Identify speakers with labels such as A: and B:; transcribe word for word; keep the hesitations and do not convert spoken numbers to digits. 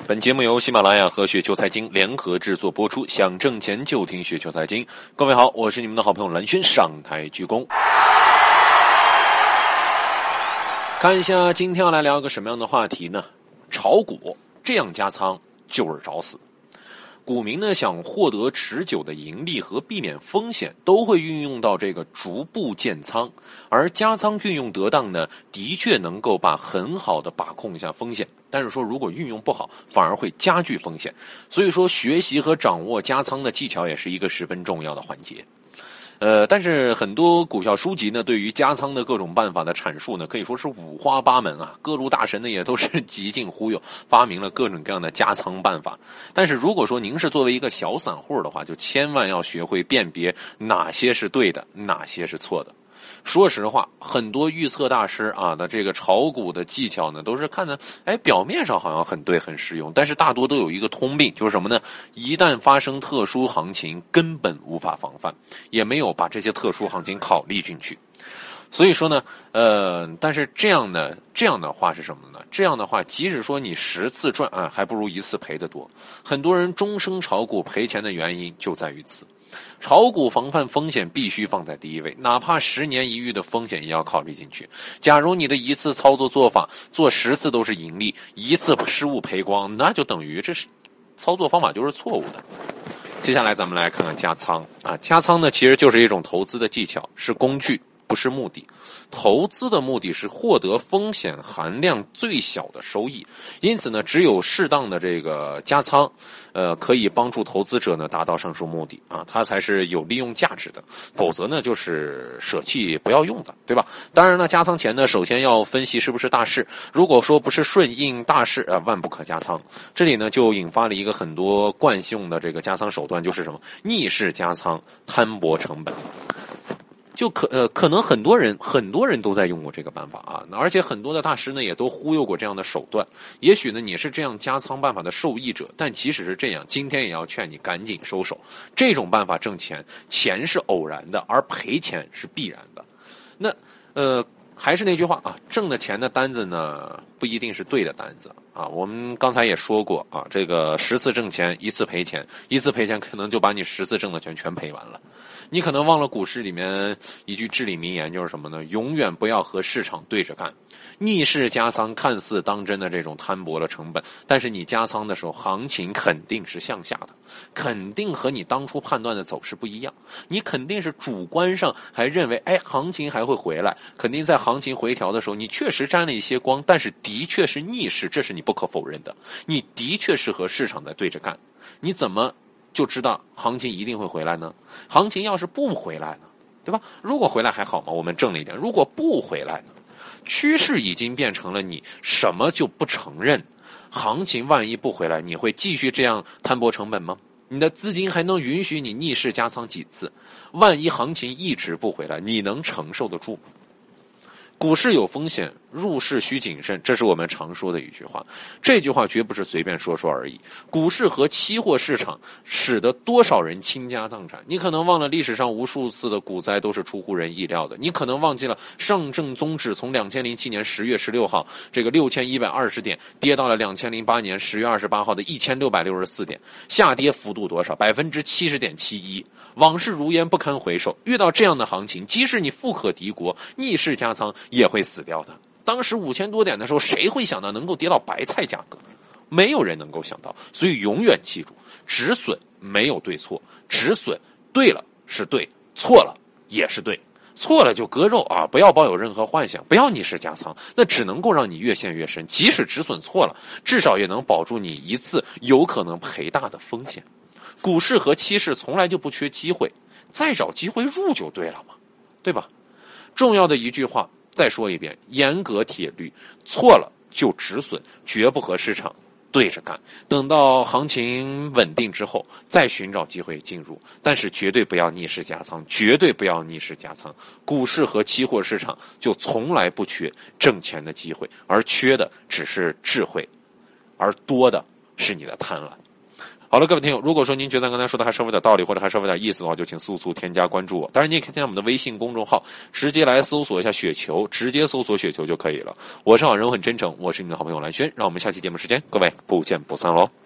A: 本节目由喜马拉雅和雪球财经联合制作播出，想挣钱就听雪球财经。各位好，我是你们的好朋友蓝轩，上台鞠躬。看一下今天要来聊一个什么样的话题呢？炒股这样加仓就是找死。股民呢想获得持久的盈利和避免风险，都会运用到这个逐步建仓，而加仓运用得当呢，的确能够把很好的把控一下风险。但是说如果运用不好，反而会加剧风险。所以说学习和掌握加仓的技巧也是一个十分重要的环节。呃，但是很多股票书籍呢，对于加仓的各种办法的阐述呢，可以说是五花八门啊。各路大神呢，也都是极尽忽悠，发明了各种各样的加仓办法。但是如果说您是作为一个小散户的话，就千万要学会辨别哪些是对的，哪些是错的。说实话，很多预测大师啊的这个炒股的技巧呢，都是看的，哎，表面上好像很对很实用，但是大多都有一个通病，就是什么呢？一旦发生特殊行情，根本无法防范，也没有把这些特殊行情考虑进去。所以说呢，呃，但是这样的这样的话是什么呢？这样的话，即使说你十次赚啊，还不如一次赔得多。很多人终生炒股赔钱的原因就在于此。炒股防范风险必须放在第一位，哪怕十年一遇的风险也要考虑进去。假如你的一次操作做法做十次都是盈利，一次失误赔光，那就等于这是操作方法就是错误的。接下来咱们来看看加仓啊，加仓呢其实就是一种投资的技巧，是工具，不是目的。投资的目的是获得风险含量最小的收益，因此呢，只有适当的这个加仓，呃，可以帮助投资者呢达到上述目的啊，它才是有利用价值的。否则呢，就是舍弃不要用的，对吧？当然呢，加仓前呢，首先要分析是不是大势。如果说不是顺应大势啊，万不可加仓。这里呢，就引发了一个很多惯性的这个加仓手段，就是什么逆势加仓，摊薄成本。就可呃可能很多人很多人都在用过这个办法啊，而且很多的大师呢也都忽悠过这样的手段。也许呢你是这样加仓办法的受益者，但即使是这样，今天也要劝你赶紧收手。这种办法挣钱，钱是偶然的，而赔钱是必然的。那呃还是那句话啊，挣的钱的单子呢不一定是对的单子啊。我们刚才也说过啊，这个十次挣钱一次赔钱，一次赔钱可能就把你十次挣的钱全赔完了。你可能忘了股市里面一句至理名言，就是什么呢？永远不要和市场对着干。逆势加仓看似当真的这种摊薄了成本，但是你加仓的时候，行情肯定是向下的，肯定和你当初判断的走势不一样。你肯定是主观上还认为，哎，行情还会回来，肯定在行情回调的时候，你确实沾了一些光，但是的确是逆势，这是你不可否认的。你的确是和市场在对着干，你怎么就知道行情一定会回来呢？行情要是不回来呢，对吧？如果回来还好嘛，我们挣了一点。如果不回来呢？趋势已经变成了你什么就不承认。行情万一不回来，你会继续这样摊薄成本吗？你的资金还能允许你逆势加仓几次？万一行情一直不回来，你能承受得住吗？股市有风险，入市需谨慎，这是我们常说的一句话。这句话绝不是随便说说而已。股市和期货市场使得多少人倾家荡产。你可能忘了历史上无数次的股灾都是出乎人意料的。你可能忘记了上证综指从两千零七年十月十六号这个六千一百二十点跌到了两千零八年十月二十八号的一千六百六十四点，下跌幅度多少？百分之七十点七一。往事如烟，不堪回首。遇到这样的行情，即使你富可敌国，逆势加仓也会死掉的。当时五千多点的时候，谁会想到能够跌到白菜价格？没有人能够想到。所以永远记住，止损没有对错，止损对了是对，错了也是对。错了就割肉啊！不要抱有任何幻想，不要逆势加仓，那只能够让你越陷越深。即使止损错了，至少也能保住你一次有可能赔大的风险。股市和期市从来就不缺机会，再找机会入就对了嘛，对吧？重要的一句话再说一遍，严格铁律，错了就止损，绝不和市场对着干。等到行情稳定之后，再寻找机会进入，但是绝对不要逆势加仓，绝对不要逆势加仓。股市和期货市场就从来不缺挣钱的机会，而缺的只是智慧，而多的是你的贪婪。 好了，各位听友，如果说您觉得刚才说的还稍微有点道理，或者还稍微有点意思的话，就请速速添加关注我。当然，你也可以添加我们的微信公众号，直接来搜索一下雪球，直接搜索雪球就可以了。我是好人，我很真诚，我是你的好朋友蓝轩，让我们下期节目时间，各位不见不散喽。